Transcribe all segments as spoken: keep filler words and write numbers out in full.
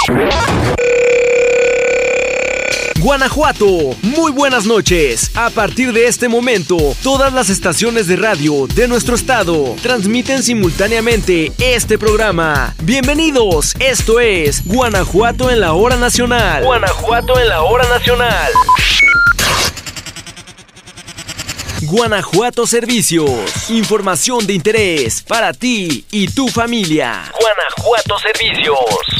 Guanajuato, muy buenas noches. A partir de este momento, todas las estaciones de radio de nuestro estado transmiten simultáneamente este programa. Bienvenidos, esto es Guanajuato en la hora nacional. Guanajuato en la hora nacional. Guanajuato Servicios. Información de interés para ti y tu familia. Guanajuato Servicios.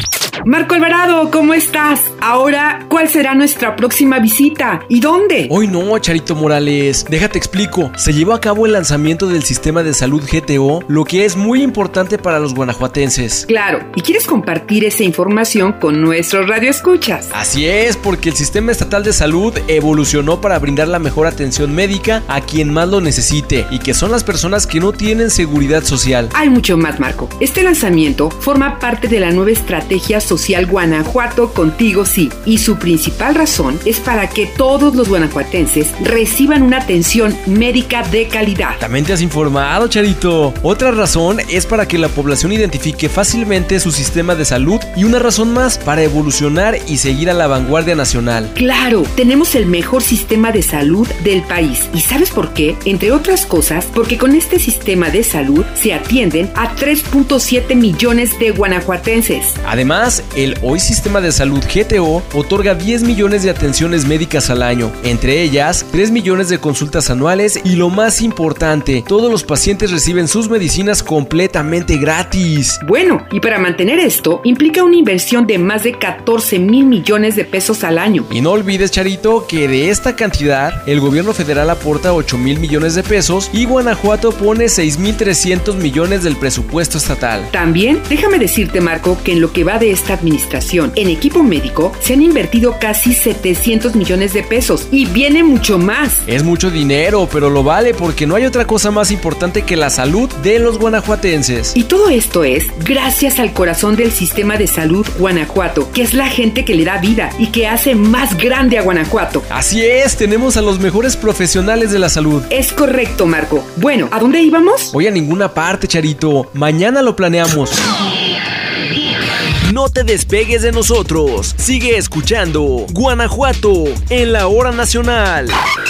Marco Alvarado, ¿cómo estás? Ahora, ¿cuál será nuestra próxima visita? ¿Y dónde? Hoy no, Charito Morales. Déjate explico. Se llevó a cabo el lanzamiento del Sistema de Salud G T O, lo que es muy importante para los guanajuatenses. Claro, y quieres compartir esa información con nuestros radioescuchas. Así es, porque el Sistema Estatal de Salud evolucionó para brindar la mejor atención médica a quien más lo necesite, y que son las personas que no tienen seguridad social. Hay mucho más, Marco. Este lanzamiento forma parte de la nueva estrategia social Social Guanajuato Contigo Sí, y su principal razón es para que todos los guanajuatenses reciban una atención médica de calidad. También te has informado, Charito. Otra razón es para que la población identifique fácilmente su sistema de salud, y una razón más para evolucionar y seguir a la vanguardia nacional. Claro, tenemos el mejor sistema de salud del país. ¿Y sabes por qué? Entre otras cosas, porque con este sistema de salud se atienden a tres punto siete millones de guanajuatenses. Además, el hoy Sistema de Salud G T O otorga diez millones de atenciones médicas al año, entre ellas tres millones de consultas anuales, y lo más importante, todos los pacientes reciben sus medicinas completamente gratis. Bueno, y para mantener esto, implica una inversión de más de catorce mil millones de pesos al año. Y no olvides, Charito, que de esta cantidad, el gobierno federal aporta ocho mil millones de pesos y Guanajuato pone seis mil trescientos millones del presupuesto estatal. También, déjame decirte, Marco, que en lo que va de esta administración en equipo médico se han invertido casi setecientos millones de pesos, y viene mucho más. Es mucho dinero, pero lo vale, porque no hay otra cosa más importante que la salud de los guanajuatenses. Y todo esto es gracias al corazón del Sistema de Salud Guanajuato, que es la gente que le da vida y que hace más grande a Guanajuato. Así es, tenemos a los mejores profesionales de la salud. Es correcto, Marco. Bueno, ¿a dónde íbamos? Hoy a ninguna parte, Charito. Mañana lo planeamos. No te despegues de nosotros. Sigue escuchando Guanajuato en la hora nacional.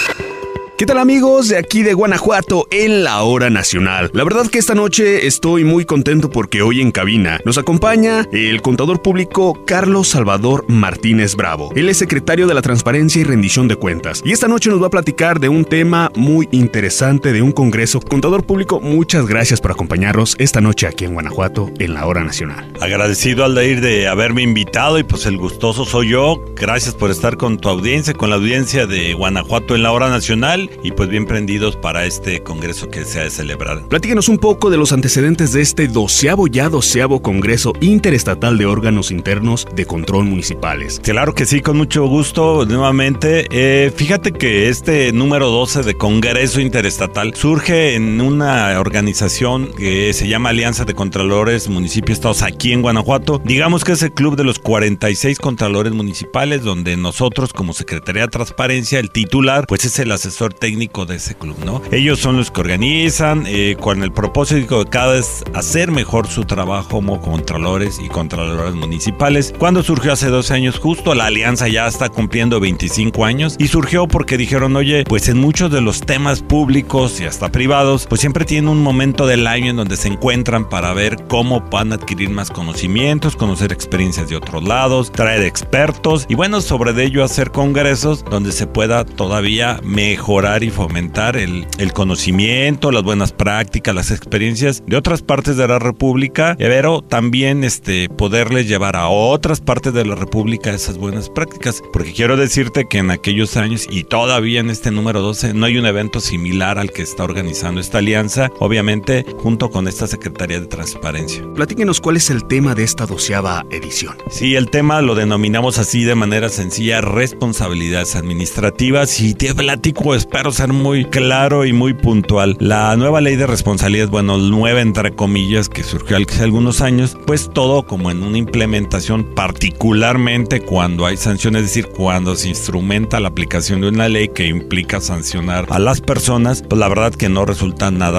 ¿Qué tal, amigos de aquí de Guanajuato en la hora nacional? La verdad que esta noche estoy muy contento porque hoy en cabina nos acompaña el contador público Carlos Salvador Martínez Bravo. Él es secretario de la Transparencia y Rendición de Cuentas, y esta noche nos va a platicar de un tema muy interesante de un congreso. Contador público, muchas gracias por acompañarnos esta noche aquí en Guanajuato en la hora nacional. Agradecido, Aldair, de haberme invitado, y pues el gustoso soy yo. Gracias por estar con tu audiencia, con la audiencia de Guanajuato en la hora nacional, y pues bien prendidos para este congreso que se ha de celebrar. Platíquenos un poco de los antecedentes de este doceavo ya doceavo Congreso Interestatal de Órganos Internos de Control Municipales. Claro que sí, con mucho gusto, nuevamente. Eh, fíjate que este número doce de Congreso Interestatal surge en una organización que se llama Alianza de Contralores Municipios Estados aquí en Guanajuato. Digamos que es el club de los cuarenta y seis contralores municipales, donde nosotros como Secretaría de Transparencia, el titular, pues es el asesor técnico de ese club, ¿no? Ellos son los que organizan, eh, con el propósito de cada vez hacer mejor su trabajo como contralores y contraloras municipales. Cuando surgió hace doce años justo, la alianza ya está cumpliendo veinticinco años, y surgió porque dijeron, oye, pues en muchos de los temas públicos y hasta privados, pues siempre tienen un momento del año en donde se encuentran para ver cómo van a adquirir más conocimientos, conocer experiencias de otros lados, traer expertos, y bueno, sobre de ello hacer congresos donde se pueda todavía mejorar y fomentar el, el conocimiento, las buenas prácticas, las experiencias de otras partes de la República, pero también este, poderles llevar a otras partes de la República esas buenas prácticas, porque quiero decirte que en aquellos años y todavía en este número doce no hay un evento similar al que está organizando esta alianza, obviamente junto con esta Secretaría de Transparencia. Platíquenos cuál es el tema de esta doceava edición. Sí, el tema lo denominamos así de manera sencilla, responsabilidades administrativas, y te platico, espero ser muy claro y muy puntual. La nueva ley de responsabilidades, bueno, nueva entre comillas, que surgió hace algunos años, pues todo como en una implementación, particularmente cuando hay sanciones, es decir, cuando se instrumenta la aplicación de una ley que implica sancionar a las personas, pues la verdad que no resulta nada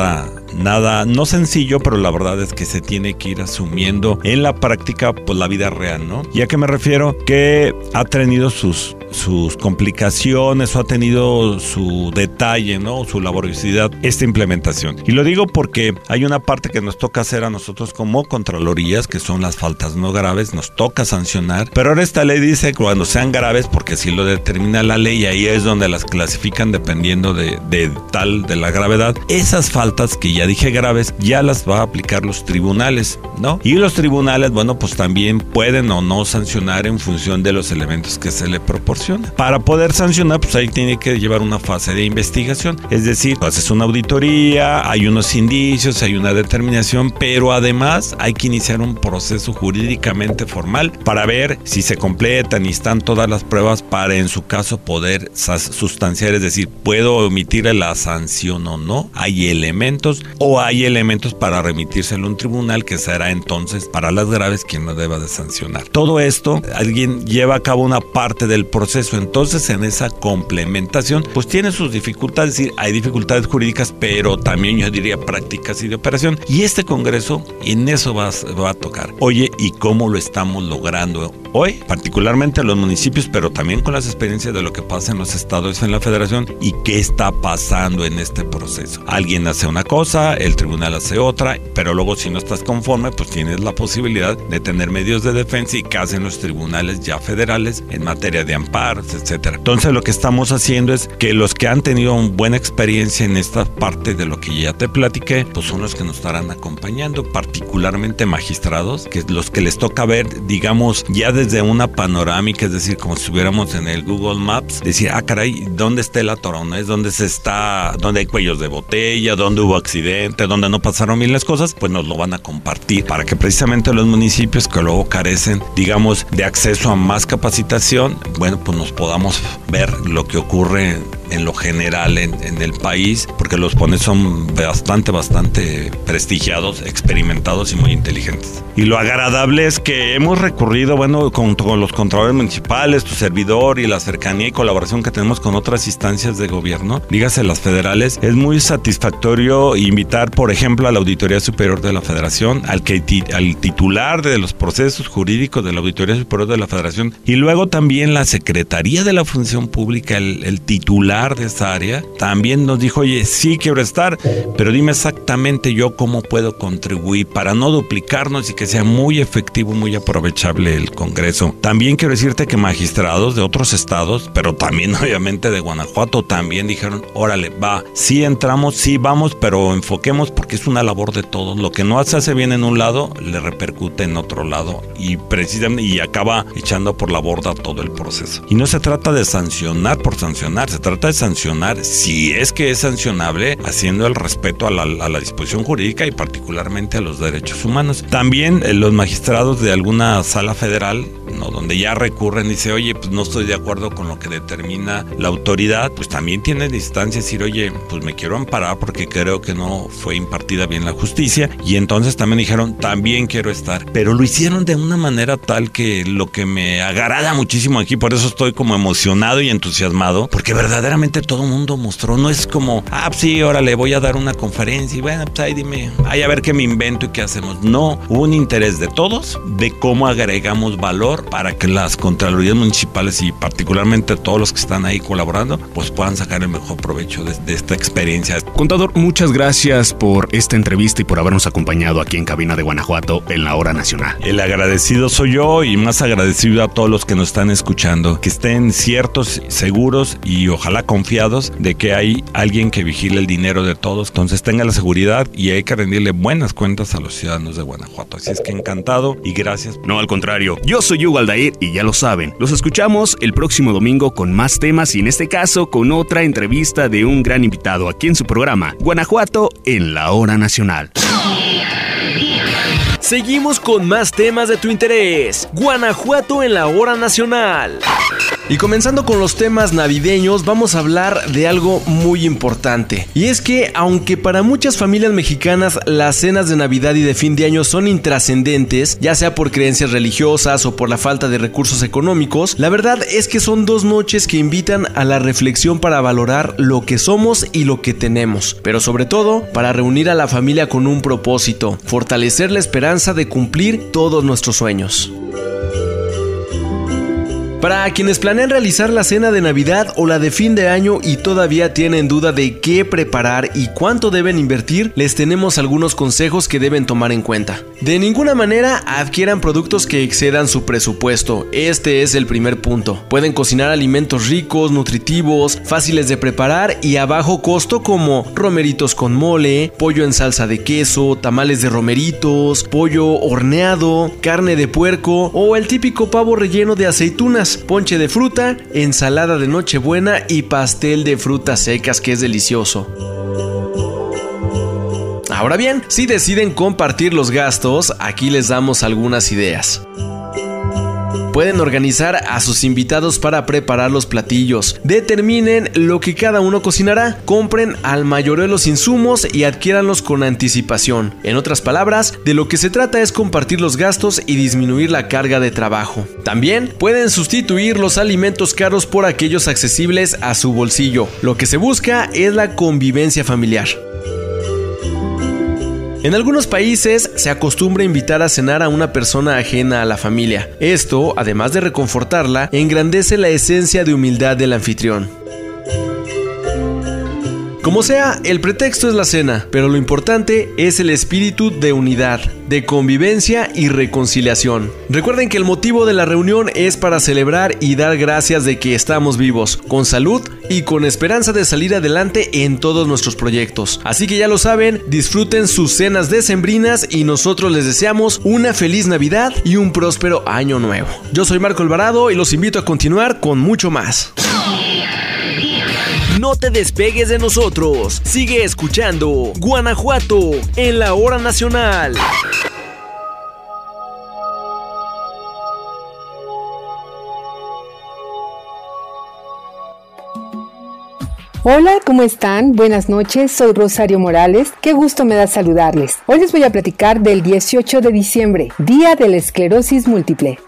nada, no sencillo, pero la verdad es que se tiene que ir asumiendo en la práctica, pues la vida real, ¿no? ¿Y a qué me refiero? Que ha tenido sus sus complicaciones o ha tenido su detalle, ¿no? Su laboriosidad, esta implementación. Y lo digo porque hay una parte que nos toca hacer a nosotros como contralorías, que son las faltas no graves, nos toca sancionar, pero ahora esta ley dice que cuando sean graves, porque así lo determina la ley, y ahí es donde las clasifican dependiendo de, de tal, de la gravedad. Esas faltas que ya dije graves, ya las va a aplicar los tribunales, ¿no? Y los tribunales, bueno, pues también pueden o no sancionar en función de los elementos que se le proporcionan. Para poder sancionar, pues ahí tiene que llevar una fase de investigación, es decir, haces una auditoría, hay unos indicios, hay una determinación, pero además hay que iniciar un proceso jurídicamente formal para ver si se completan y están todas las pruebas para en su caso poder sustanciar, es decir, puedo omitir la sanción o no, hay elementos o hay elementos para remitírselo a un tribunal que será entonces para las graves quien no deba de sancionar. Todo esto, alguien lleva a cabo una parte del proceso. Entonces en esa complementación pues tiene sus dificultades, es decir, hay dificultades jurídicas, pero también yo diría prácticas y de operación, y este congreso en eso va, va a tocar. Oye, ¿y cómo lo estamos logrando hoy? Particularmente los municipios, pero también con las experiencias de lo que pasa en los estados, en la federación, y qué está pasando en este proceso. Alguien hace una cosa, el tribunal hace otra, pero luego si no estás conforme, pues tienes la posibilidad de tener medios de defensa, y qué hacen los tribunales ya federales en materia de amparo, etcétera. Entonces lo que estamos haciendo es que los que han tenido una buena experiencia en esta parte de lo que ya te platiqué, pues son los que nos estarán acompañando, particularmente magistrados, que es los que les toca ver, digamos, ya desde una panorámica, es decir, como si estuviéramos en el Google Maps, decir, ah, caray, ¿dónde está el atorón? ¿Es dónde se está, dónde hay cuellos de botella, dónde hubo accidente, dónde no pasaron bien las cosas? Pues nos lo van a compartir para que precisamente los municipios que luego carecen, digamos, de acceso a más capacitación, bueno, pues nos podamos ver lo que ocurre en lo general en, en el país, porque los pones son bastante, bastante prestigiados, experimentados y muy inteligentes. Y lo agradable es que hemos recurrido, bueno, con, con los contralores municipales, tu servidor y la cercanía y colaboración que tenemos con otras instancias de gobierno, dígase las federales, es muy satisfactorio invitar, por ejemplo, a la Auditoría Superior de la Federación, al, que, al titular de los procesos jurídicos de la Auditoría Superior de la Federación, y luego también la Secretaría de la Función Pública, el, el titular de esa área, también nos dijo, oye, sí quiero estar, pero dime exactamente yo cómo puedo contribuir para no duplicarnos y que sea muy efectivo, muy aprovechable el Congreso. También quiero decirte que magistrados de otros estados, pero también obviamente de Guanajuato, también dijeron, órale, va, sí entramos, sí vamos, pero enfoquemos porque es una labor de todos. Lo que no se hace bien en un lado, le repercute en otro lado y precisamente y acaba echando por la borda todo el proceso. Y no se trata de sancionar por sancionar, se trata de sancionar si es que es sancionable, haciendo el respeto a la, a la disposición jurídica y particularmente a los derechos humanos. También eh, los magistrados de alguna sala federal, ¿no?, donde ya recurren y dicen, oye, pues no estoy de acuerdo con lo que determina la autoridad, pues también tienen instancia de decir, oye, pues me quiero amparar porque creo que no fue impartida bien la justicia, y entonces también dijeron, también quiero estar, pero lo hicieron de una manera tal que lo que me agrada muchísimo aquí, por eso estoy como emocionado y entusiasmado, porque verdaderamente todo el mundo mostró, no es como, ah, pues sí, órale, voy a dar una conferencia y bueno, pues ahí dime, ahí a ver qué me invento y qué hacemos. No, hubo un interés de todos de cómo agregamos valor para que las contralorías municipales y particularmente todos los que están ahí colaborando, pues puedan sacar el mejor provecho de, de esta experiencia. Contador, muchas gracias por esta entrevista y por habernos acompañado aquí en Cabina de Guanajuato en la Hora Nacional. El agradecido soy yo y más agradecido a todos los que nos están escuchando, que estén ciertos, seguros y ojalá confiados de que hay alguien que vigile el dinero de todos. Entonces tenga la seguridad y hay que rendirle buenas cuentas a los ciudadanos de Guanajuato. Así es que encantado y gracias. No, al contrario, yo soy Hugo Aldair y ya lo saben, los escuchamos el próximo domingo con más temas y en este caso con otra entrevista de un gran invitado aquí en su programa Guanajuato en la Hora Nacional. Seguimos con más temas de tu interés. Guanajuato en la hora nacional. Y comenzando con los temas navideños, vamos a hablar de algo muy importante. Y es que, aunque para muchas familias mexicanas las cenas de Navidad y de fin de año son intrascendentes, ya sea por creencias religiosas o por la falta de recursos económicos, la verdad es que son dos noches que invitan a la reflexión para valorar lo que somos y lo que tenemos, pero sobre todo para reunir a la familia con un propósito, fortalecer la esperanza de cumplir todos nuestros sueños. Para quienes planean realizar la cena de Navidad o la de fin de año y todavía tienen duda de qué preparar y cuánto deben invertir, les tenemos algunos consejos que deben tomar en cuenta. De ninguna manera adquieran productos que excedan su presupuesto. Este es el primer punto. Pueden cocinar alimentos ricos, nutritivos, fáciles de preparar y a bajo costo, como romeritos con mole, pollo en salsa de queso, tamales de romeritos, pollo horneado, carne de puerco o el típico pavo relleno de aceitunas, ponche de fruta, ensalada de Nochebuena y pastel de frutas secas, que es delicioso. Ahora bien, si deciden compartir los gastos, aquí les damos algunas ideas. Pueden organizar a sus invitados para preparar los platillos. Determinen lo que cada uno cocinará. Compren al mayoreo los insumos y adquiéranlos con anticipación. En otras palabras, de lo que se trata es compartir los gastos y disminuir la carga de trabajo. También pueden sustituir los alimentos caros por aquellos accesibles a su bolsillo. Lo que se busca es la convivencia familiar. En algunos países se acostumbra invitar a cenar a una persona ajena a la familia. Esto, además de reconfortarla, engrandece la esencia de humildad del anfitrión. Como sea, el pretexto es la cena, pero lo importante es el espíritu de unidad, de convivencia y reconciliación. Recuerden que el motivo de la reunión es para celebrar y dar gracias de que estamos vivos, con salud y con esperanza de salir adelante en todos nuestros proyectos. Así que ya lo saben, disfruten sus cenas decembrinas y nosotros les deseamos una feliz Navidad y un próspero año nuevo. Yo soy Marco Alvarado y los invito a continuar con mucho más. No te despegues de nosotros. Sigue escuchando Guanajuato en la hora nacional. Hola, ¿cómo están? Buenas noches, soy Rosario Morales. Qué gusto me da saludarles. Hoy les voy a platicar del dieciocho de diciembre, Día de la Esclerosis Múltiple.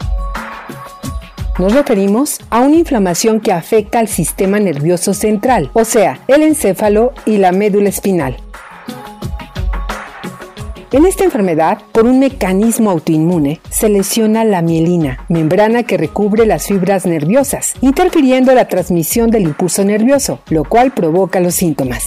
Nos referimos a una inflamación que afecta al sistema nervioso central, o sea, el encéfalo y la médula espinal. En esta enfermedad, por un mecanismo autoinmune, se lesiona la mielina, membrana que recubre las fibras nerviosas, interfiriendo la transmisión del impulso nervioso, lo cual provoca los síntomas.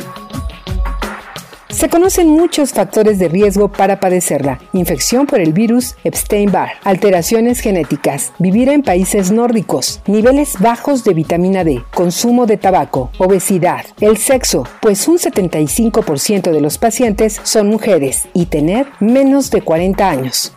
Se conocen muchos factores de riesgo para padecerla: infección por el virus Epstein-Barr, alteraciones genéticas, vivir en países nórdicos, niveles bajos de vitamina D, consumo de tabaco, obesidad, el sexo, pues un setenta y cinco por ciento de los pacientes son mujeres, y tener menos de cuarenta años.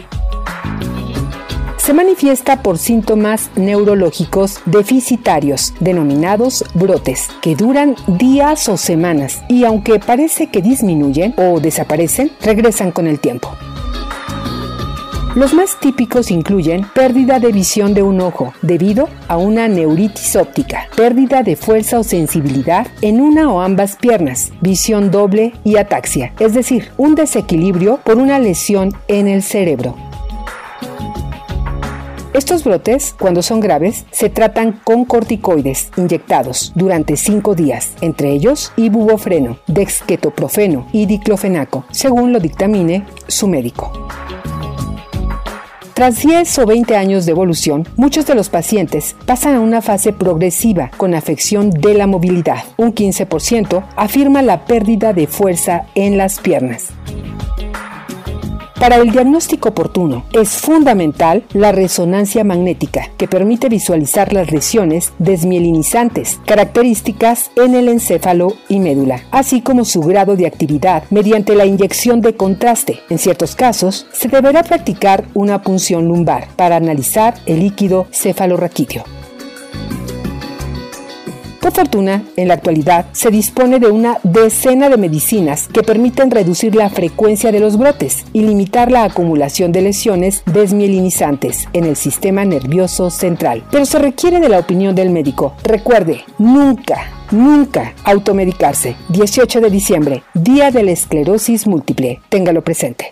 Se manifiesta por síntomas neurológicos deficitarios, denominados brotes, que duran días o semanas y, aunque parece que disminuyen o desaparecen, regresan con el tiempo. Los más típicos incluyen pérdida de visión de un ojo debido a una neuritis óptica, pérdida de fuerza o sensibilidad en una o ambas piernas, visión doble y ataxia, es decir, un desequilibrio por una lesión en el cerebro. Estos brotes, cuando son graves, se tratan con corticoides inyectados durante cinco días, entre ellos ibuprofeno, dexketoprofeno y diclofenaco, según lo dictamine su médico. Tras diez o veinte años de evolución, muchos de los pacientes pasan a una fase progresiva con afección de la movilidad. Un quince por ciento afirma la pérdida de fuerza en las piernas. Para el diagnóstico oportuno, es fundamental la resonancia magnética, que permite visualizar las lesiones desmielinizantes, características en el encéfalo y médula, así como su grado de actividad mediante la inyección de contraste. En ciertos casos, se deberá practicar una punción lumbar para analizar el líquido cefalorraquídeo. Por fortuna, en la actualidad se dispone de una decena de medicinas que permiten reducir la frecuencia de los brotes y limitar la acumulación de lesiones desmielinizantes en el sistema nervioso central. Pero se requiere de la opinión del médico. Recuerde, nunca, nunca automedicarse. dieciocho de diciembre, Día de la Esclerosis Múltiple. Téngalo presente.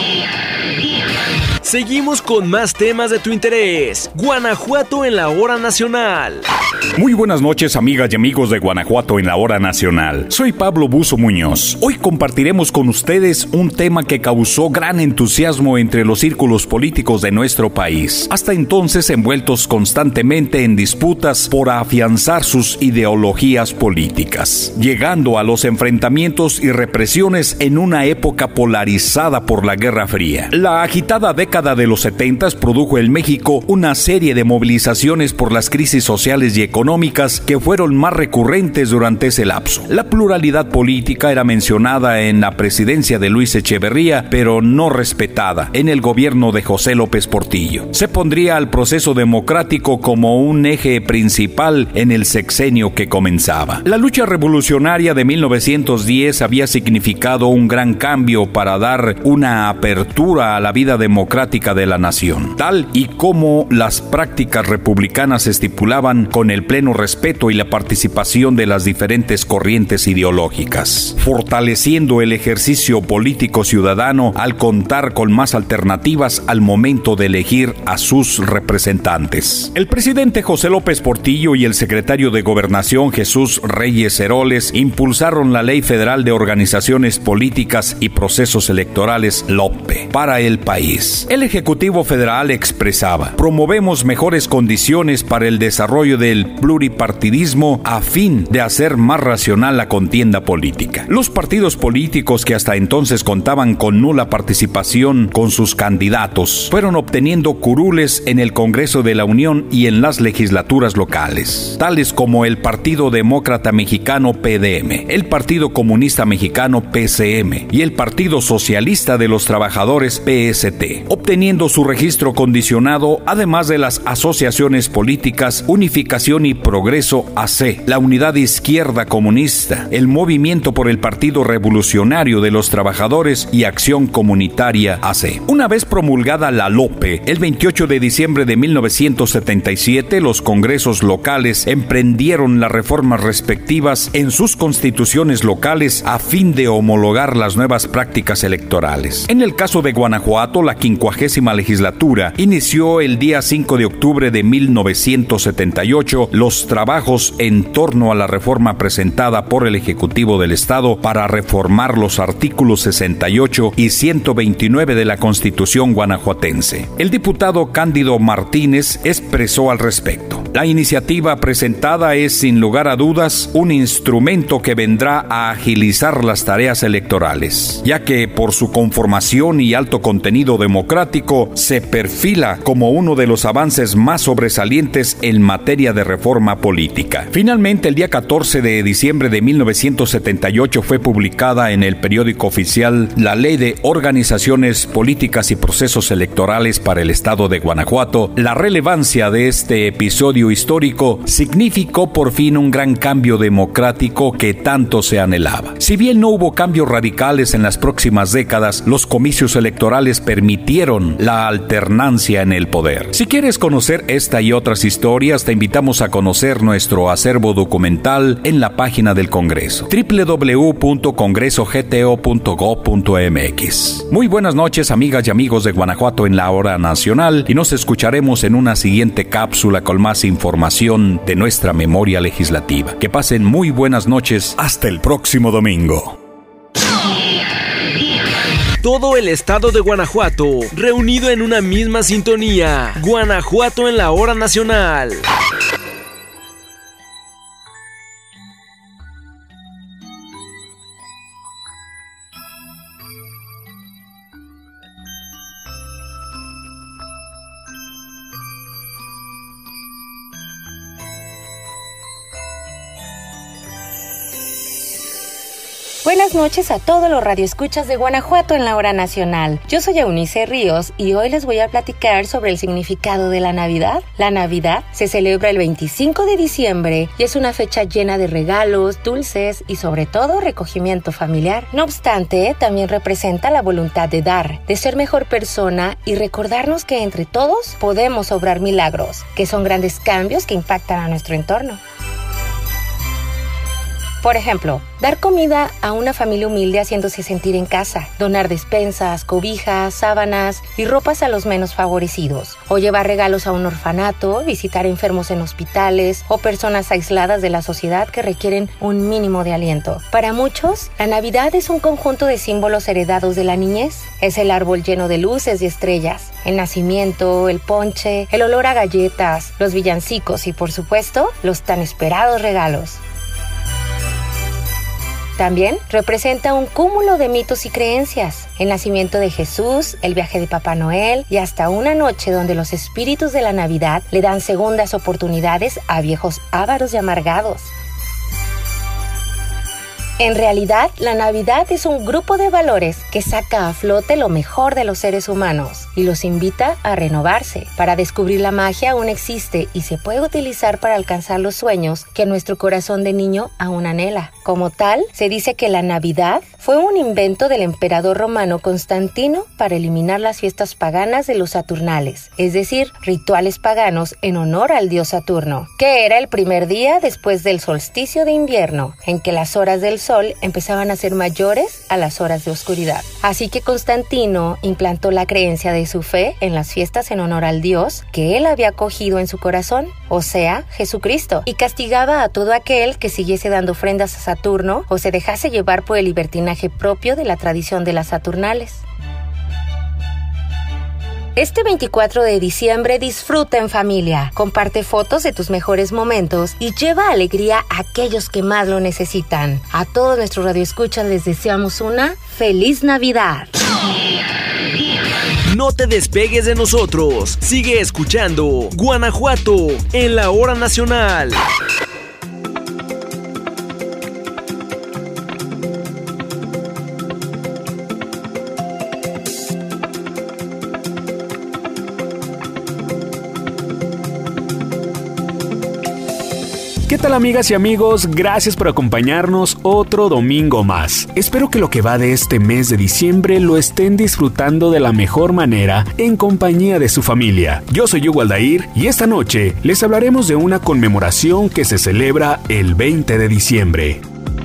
Seguimos con más temas de tu interés. Guanajuato en la hora nacional. Muy buenas noches, amigas y amigos de Guanajuato en la hora nacional. Soy Pablo Buzo Muñoz. Hoy compartiremos con ustedes un tema que causó gran entusiasmo entre los círculos políticos de nuestro país, hasta entonces envueltos constantemente en disputas por afianzar sus ideologías políticas, llegando a los enfrentamientos y represiones en una época polarizada por la Guerra Fría. La agitada década de los setentas produjo en México una serie de movilizaciones por las crisis sociales y económicas que fueron más recurrentes durante ese lapso. La pluralidad política era mencionada en la presidencia de Luis Echeverría, pero no respetada en el gobierno de José López Portillo. Se pondría al proceso democrático como un eje principal en el sexenio que comenzaba. La lucha revolucionaria de mil novecientos diez había significado un gran cambio para dar una apertura a la vida democrática de la nación, tal y como las prácticas republicanas estipulaban, con el pleno respeto y la participación de las diferentes corrientes ideológicas, fortaleciendo el ejercicio político ciudadano al contar con más alternativas al momento de elegir a sus representantes. El presidente José López Portillo y el secretario de Gobernación Jesús Reyes Heroles impulsaron la Ley Federal de Organizaciones Políticas y Procesos Electorales, LOPE, para el país. El Ejecutivo Federal expresaba: promovemos mejores condiciones para el desarrollo del pluripartidismo a fin de hacer más racional la contienda política. Los partidos políticos que hasta entonces contaban con nula participación con sus candidatos fueron obteniendo curules en el Congreso de la Unión y en las legislaturas locales, tales como el Partido Demócrata Mexicano P D M, el Partido Comunista Mexicano P C M y el Partido Socialista de los Trabajadores P S T, obteniendo su registro condicionado, además de las asociaciones políticas Unificación y Progreso A C, la Unidad Izquierda Comunista, el Movimiento por el Partido Revolucionario de los Trabajadores y Acción Comunitaria A C. Una vez promulgada la LOPE, el veintiocho de diciembre de mil novecientos setenta y siete, los congresos locales emprendieron las reformas respectivas en sus constituciones locales a fin de homologar las nuevas prácticas electorales. En el caso de Guanajuato, la quincuagésima legislatura inició el día cinco de octubre de mil novecientos setenta y ocho los trabajos en torno a la reforma presentada por el Ejecutivo del Estado para reformar los artículos sesenta y ocho y ciento veintinueve de la Constitución guanajuatense. El diputado Cándido Martínez expresó al respecto: la iniciativa presentada es sin lugar a dudas un instrumento que vendrá a agilizar las tareas electorales, ya que por su conformación y alto contenido democrático se perfila como uno de los avances más sobresalientes en materia de reforma política. Finalmente, el día catorce de diciembre de mil novecientos setenta y ocho fue publicada en el periódico oficial la Ley de Organizaciones Políticas y Procesos Electorales para el Estado de Guanajuato. La relevancia de este episodio histórico significó por fin un gran cambio democrático que tanto se anhelaba. Si bien no hubo cambios radicales en las próximas décadas, los comicios electorales permitieron la alternancia en el poder. Si quieres conocer esta y otras historias, te invitamos a conocer nuestro acervo documental en la página del Congreso, doble u doble u doble u punto congreso g t o punto gob punto m x. Muy buenas noches, amigas y amigos de Guanajuato en la hora nacional, y nos escucharemos en una siguiente cápsula con más información de nuestra memoria legislativa. Que pasen muy buenas noches. Hasta el próximo domingo. Todo el estado de Guanajuato, reunido en una misma sintonía. Guanajuato en la hora nacional. Buenas noches a todos los radioescuchas de Guanajuato en la hora nacional. Yo soy Eunice Ríos y hoy les voy a platicar sobre el significado de la Navidad. La Navidad se celebra el veinticinco de diciembre y es una fecha llena de regalos, dulces y sobre todo recogimiento familiar. No obstante, también representa la voluntad de dar, de ser mejor persona y recordarnos que entre todos podemos obrar milagros, que son grandes cambios que impactan a nuestro entorno. Por ejemplo, dar comida a una familia humilde haciéndose sentir en casa, donar despensas, cobijas, sábanas y ropas a los menos favorecidos, o llevar regalos a un orfanato, visitar enfermos en hospitales o personas aisladas de la sociedad que requieren un mínimo de aliento. Para muchos, la Navidad es un conjunto de símbolos heredados de la niñez. Es el árbol lleno de luces y estrellas, el nacimiento, el ponche, el olor a galletas, los villancicos y, por supuesto, los tan esperados regalos. También representa un cúmulo de mitos y creencias, el nacimiento de Jesús, el viaje de Papá Noel y hasta una noche donde los espíritus de la Navidad le dan segundas oportunidades a viejos ávaros y amargados. En realidad, la Navidad es un grupo de valores que saca a flote lo mejor de los seres humanos y los invita a renovarse. Para descubrir la magia aún existe y se puede utilizar para alcanzar los sueños que nuestro corazón de niño aún anhela. Como tal, se dice que la Navidad fue un invento del emperador romano Constantino para eliminar las fiestas paganas de los Saturnales, es decir, rituales paganos en honor al dios Saturno, que era el primer día después del solsticio de invierno, en que las horas del sol empezaban a ser mayores a las horas de oscuridad. Así que Constantino implantó la creencia de su fe en las fiestas en honor al dios que él había acogido en su corazón, o sea, Jesucristo, y castigaba a todo aquel que siguiese dando ofrendas a Saturno o se dejase llevar por el libertinaje propio de la tradición de las Saturnales. Este veinticuatro de diciembre disfruta en familia, comparte fotos de tus mejores momentos y lleva alegría a aquellos que más lo necesitan. A todos nuestros radioescuchas les deseamos una feliz Navidad. No te despegues de nosotros. Sigue escuchando Guanajuato en la hora nacional. ¿Qué tal, amigas y amigos? Gracias por acompañarnos otro domingo más. Espero que lo que va de este mes de diciembre lo estén disfrutando de la mejor manera en compañía de su familia. Yo soy Hugo Aldair y esta noche les hablaremos de una conmemoración que se celebra el veinte de diciembre.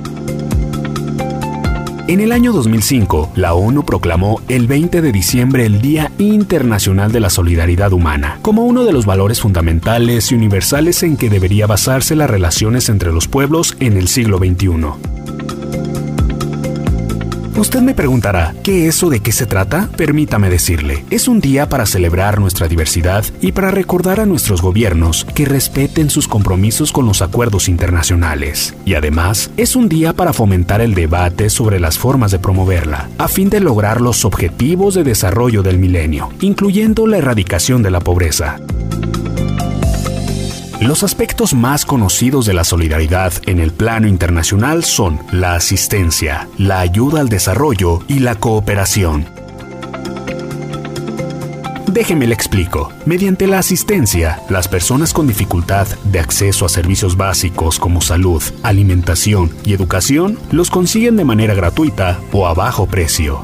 En el año dos mil cinco, la ONU proclamó el veinte de diciembre el Día Internacional de la Solidaridad Humana, como uno de los valores fundamentales y universales en que debería basarse las relaciones entre los pueblos en el siglo veintiuno. Usted me preguntará, ¿qué es o de qué se trata? Permítame decirle, es un día para celebrar nuestra diversidad y para recordar a nuestros gobiernos que respeten sus compromisos con los acuerdos internacionales. Y además, es un día para fomentar el debate sobre las formas de promoverla, a fin de lograr los objetivos de desarrollo del milenio, incluyendo la erradicación de la pobreza. Los aspectos más conocidos de la solidaridad en el plano internacional son la asistencia, la ayuda al desarrollo y la cooperación. Déjeme le explico. Mediante la asistencia, las personas con dificultad de acceso a servicios básicos como salud, alimentación y educación los consiguen de manera gratuita o a bajo precio.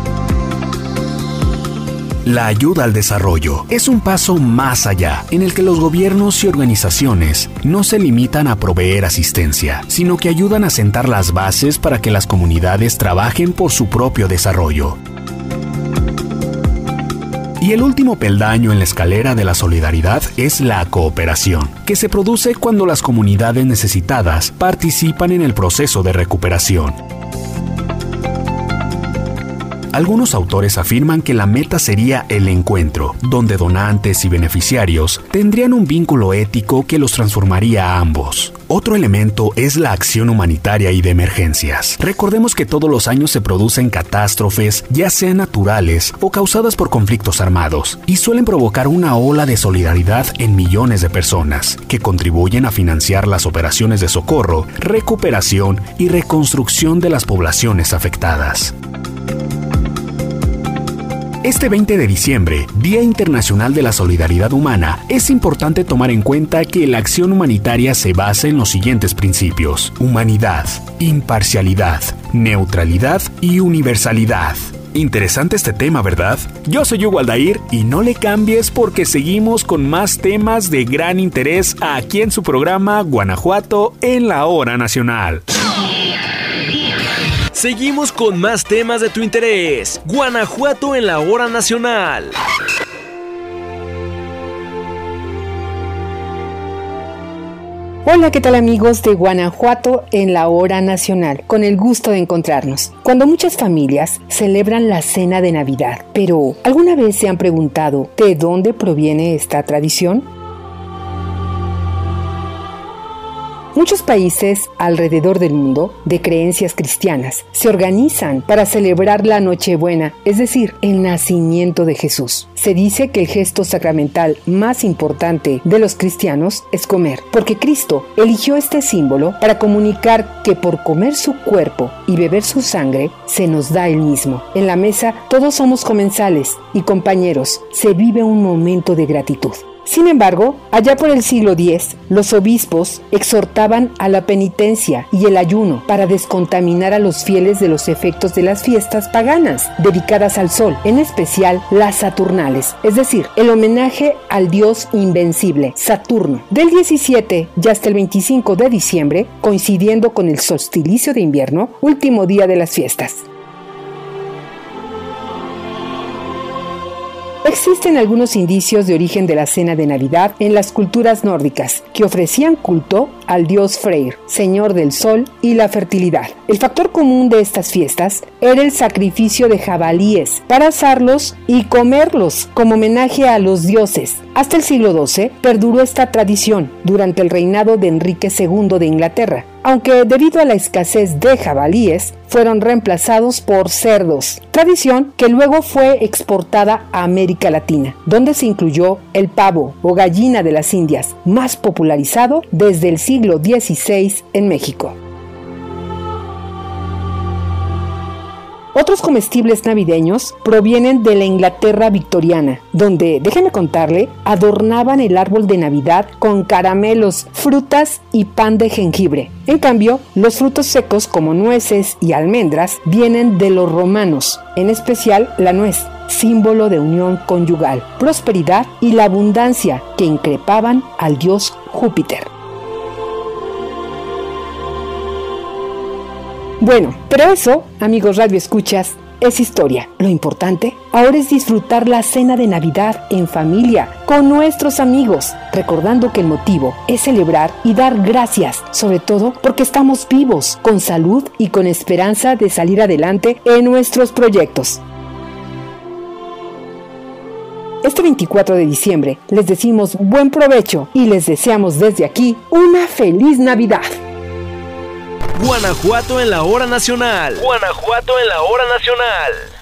La ayuda al desarrollo es un paso más allá, en el que los gobiernos y organizaciones no se limitan a proveer asistencia, sino que ayudan a sentar las bases para que las comunidades trabajen por su propio desarrollo. Y el último peldaño en la escalera de la solidaridad es la cooperación, que se produce cuando las comunidades necesitadas participan en el proceso de recuperación. Algunos autores afirman que la meta sería el encuentro, donde donantes y beneficiarios tendrían un vínculo ético que los transformaría a ambos. Otro elemento es la acción humanitaria y de emergencias. Recordemos que todos los años se producen catástrofes, ya sean naturales o causadas por conflictos armados, y suelen provocar una ola de solidaridad en millones de personas, que contribuyen a financiar las operaciones de socorro, recuperación y reconstrucción de las poblaciones afectadas. Este veinte de diciembre, Día Internacional de la Solidaridad Humana, es importante tomar en cuenta que la acción humanitaria se basa en los siguientes principios: humanidad, imparcialidad, neutralidad y universalidad. Interesante este tema, ¿verdad? Yo soy Hugo Aldair y no le cambies porque seguimos con más temas de gran interés aquí en su programa Guanajuato en la Hora Nacional. Seguimos con más temas de tu interés. Guanajuato en la Hora Nacional. Hola, ¿qué tal amigos de Guanajuato en la Hora Nacional? Con el gusto de encontrarnos. Cuando muchas familias celebran la cena de Navidad, pero ¿alguna vez se han preguntado de dónde proviene esta tradición? Muchos países alrededor del mundo, de creencias cristianas, se organizan para celebrar la Nochebuena, es decir, el nacimiento de Jesús. Se dice que el gesto sacramental más importante de los cristianos es comer, porque Cristo eligió este símbolo para comunicar que por comer su cuerpo y beber su sangre, se nos da el mismo. En la mesa todos somos comensales y compañeros, se vive un momento de gratitud. Sin embargo, allá por el siglo diez, los obispos exhortaban a la penitencia y el ayuno para descontaminar a los fieles de los efectos de las fiestas paganas dedicadas al sol, en especial las saturnales, es decir, el homenaje al dios invencible, Saturno. Del diecisiete y hasta el veinticinco de diciembre, coincidiendo con el solsticio de invierno, último día de las fiestas. Existen algunos indicios de origen de la cena de Navidad en las culturas nórdicas, que ofrecían culto al dios Freyr, señor del sol y la fertilidad. El factor común de estas fiestas era el sacrificio de jabalíes para asarlos y comerlos como homenaje a los dioses. Hasta el siglo doce perduró esta tradición durante el reinado de Enrique segundo de Inglaterra, aunque debido a la escasez de jabalíes fueron reemplazados por cerdos, tradición que luego fue exportada a América Latina, donde se incluyó el pavo o gallina de las Indias, más popularizado desde el siglo dieciséis en México. Otros comestibles navideños provienen de la Inglaterra victoriana, donde, déjeme contarle, adornaban el árbol de Navidad con caramelos, frutas y pan de jengibre. En cambio, los frutos secos como nueces y almendras vienen de los romanos, en especial la nuez, símbolo de unión conyugal, prosperidad y la abundancia que increpaban al dios Júpiter. Bueno, pero eso, amigos radioescuchas, es historia. Lo importante ahora es disfrutar la cena de Navidad en familia, con nuestros amigos, recordando que el motivo es celebrar y dar gracias, sobre todo porque estamos vivos, con salud y con esperanza de salir adelante en nuestros proyectos. Este veinticuatro de diciembre les decimos buen provecho y les deseamos desde aquí una feliz Navidad. Guanajuato en la Hora Nacional. Guanajuato en la Hora Nacional.